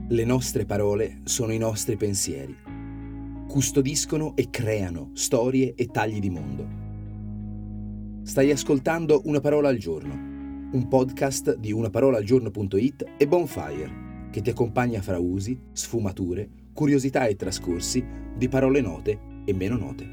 Le nostre parole sono i nostri pensieri. Custodiscono e creano storie e tagli di mondo. Stai ascoltando Una parola al giorno, un podcast di unaparolaalgiorno.it e Bonfire, che ti accompagna fra usi, sfumature, curiosità e trascorsi di parole note e meno note.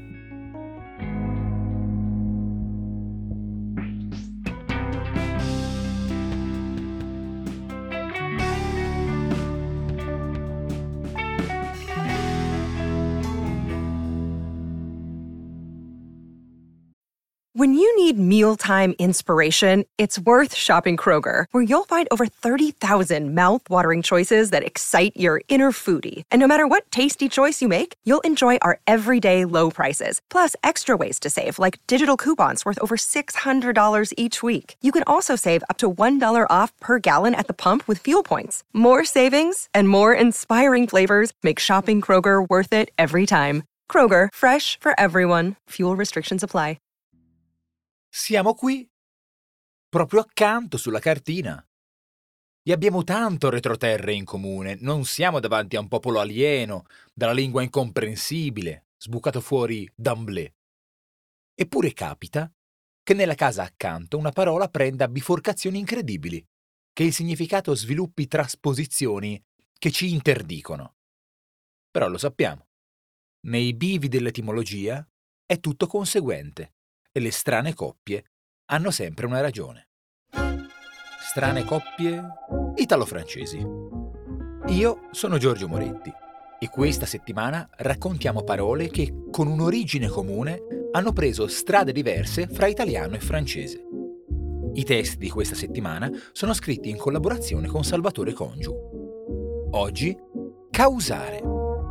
When you need mealtime inspiration, it's worth shopping Kroger, where you'll find over 30,000 mouth-watering choices that excite your inner foodie. And no matter what tasty choice you make, you'll enjoy our everyday low prices, plus extra ways to save, like digital coupons worth over $600 each week. You can also save up to $1 off per gallon at the pump with fuel points. More savings and more inspiring flavors make shopping Kroger worth it every time. Kroger, fresh for everyone. Fuel restrictions apply. Siamo qui, proprio accanto sulla cartina. E abbiamo tanto retroterre in comune, non siamo davanti a un popolo alieno, dalla lingua incomprensibile, sbucato fuori d'amblè. Eppure capita che nella casa accanto una parola prenda biforcazioni incredibili, che il significato sviluppi trasposizioni che ci interdicono. Però lo sappiamo, nei bivi dell'etimologia è tutto conseguente. E le strane coppie hanno sempre una ragione. Strane coppie italo-francesi. Io sono Giorgio Moretti e questa settimana raccontiamo parole che, con un'origine comune, hanno preso strade diverse fra italiano e francese. I testi di questa settimana sono scritti in collaborazione con Salvatore Congiu. Oggi, causare.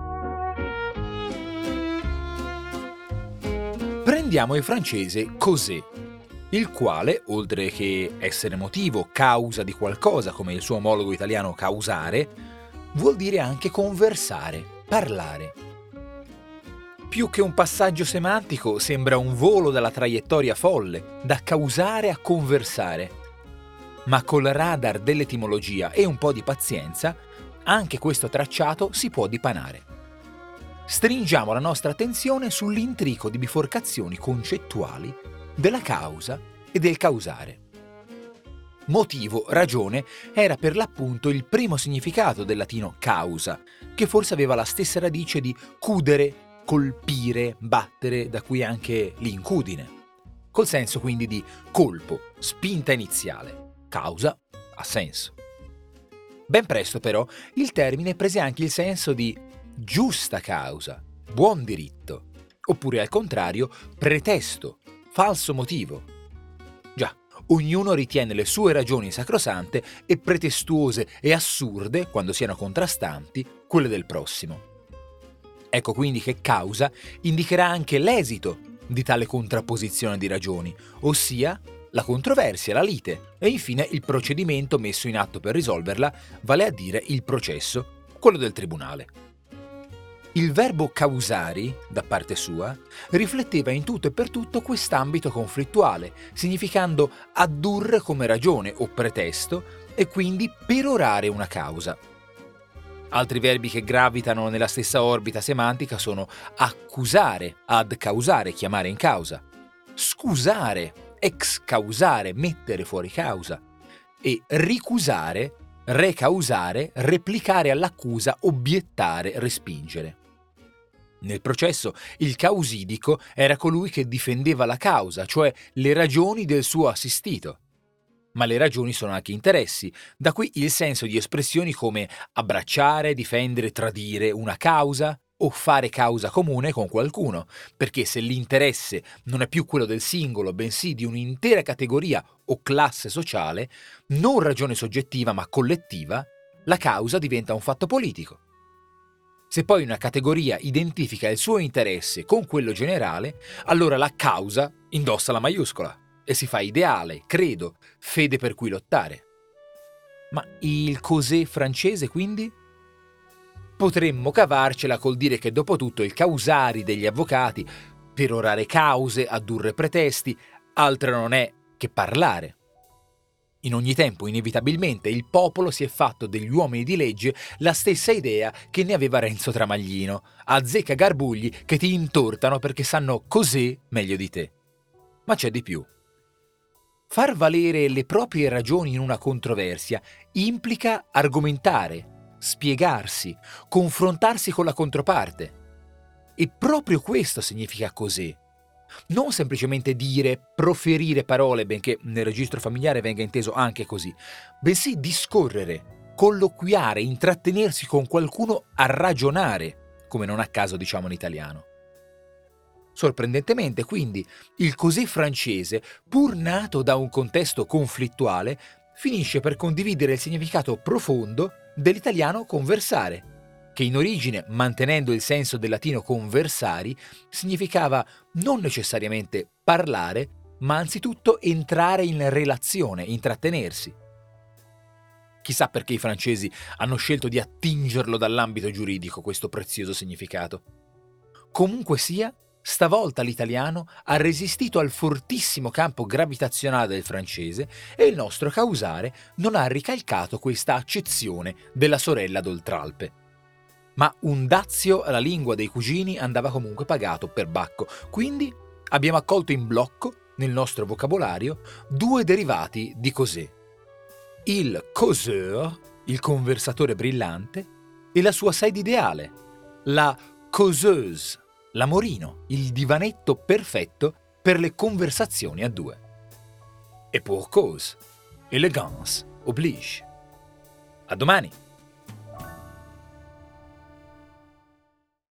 Prendiamo il francese causé, il quale, oltre che essere motivo, causa di qualcosa, come il suo omologo italiano causare, vuol dire anche conversare, parlare. Più che un passaggio semantico, sembra un volo dalla traiettoria folle, da causare a conversare. Ma col radar dell'etimologia e un po' di pazienza, anche questo tracciato si può dipanare. Stringiamo la nostra attenzione sull'intrico di biforcazioni concettuali della causa e del causare. Motivo, ragione, era per l'appunto il primo significato del latino causa, che forse aveva la stessa radice di cudere, colpire, battere, da cui anche l'incudine, col senso quindi di colpo, spinta iniziale. Causa ha senso. Ben presto però il termine prese anche il senso di giusta causa, buon diritto, oppure al contrario, pretesto, falso motivo. Già, ognuno ritiene le sue ragioni sacrosante e pretestuose e assurde, quando siano contrastanti, quelle del prossimo. Ecco quindi che causa indicherà anche l'esito di tale contrapposizione di ragioni, ossia la controversia, la lite, e infine il procedimento messo in atto per risolverla, vale a dire il processo, quello del tribunale. Il verbo causari, da parte sua, rifletteva in tutto e per tutto quest'ambito conflittuale, significando addurre come ragione o pretesto e quindi perorare una causa. Altri verbi che gravitano nella stessa orbita semantica sono accusare, ad causare, chiamare in causa, scusare, ex causare, mettere fuori causa, e ricusare, recausare, replicare all'accusa, obiettare, respingere. Nel processo il causidico era colui che difendeva la causa, cioè le ragioni del suo assistito. Ma le ragioni sono anche interessi, da qui il senso di espressioni come abbracciare, difendere, tradire una causa o fare causa comune con qualcuno, perché se l'interesse non è più quello del singolo, bensì di un'intera categoria o classe sociale, non ragione soggettiva ma collettiva, la causa diventa un fatto politico. Se poi una categoria identifica il suo interesse con quello generale, allora la causa indossa la maiuscola e si fa ideale, credo, fede per cui lottare. Ma il causé francese, quindi? Potremmo cavarcela col dire che dopo tutto il causari degli avvocati, perorare cause, addurre pretesti, altro non è che parlare. In ogni tempo, inevitabilmente, il popolo si è fatto degli uomini di legge la stessa idea che ne aveva Renzo Tramaglino: azzecca garbugli che ti intortano perché sanno così meglio di te. Ma c'è di più. Far valere le proprie ragioni in una controversia implica argomentare, spiegarsi, confrontarsi con la controparte. E proprio questo significa così. Non semplicemente dire, proferire parole, benché nel registro familiare venga inteso anche così, bensì discorrere, colloquiare, intrattenersi con qualcuno a ragionare, come non a caso diciamo in italiano. Sorprendentemente, quindi, il così francese, pur nato da un contesto conflittuale, finisce per condividere il significato profondo dell'italiano conversare, che in origine, mantenendo il senso del latino conversari, significava non necessariamente parlare, ma anzitutto entrare in relazione, intrattenersi. Chissà perché i francesi hanno scelto di attingerlo dall'ambito giuridico questo prezioso significato. Comunque sia, stavolta l'italiano ha resistito al fortissimo campo gravitazionale del francese e il nostro causare non ha ricalcato questa accezione della sorella d'Oltralpe. Ma un dazio alla lingua dei cugini andava comunque pagato per bacco, quindi abbiamo accolto in blocco, nel nostro vocabolario, due derivati di così: il causeur, il conversatore brillante, e la sua sede ideale, la causeuse, l'amorino, il divanetto perfetto per le conversazioni a due. E pour cause, élégance oblige. A domani!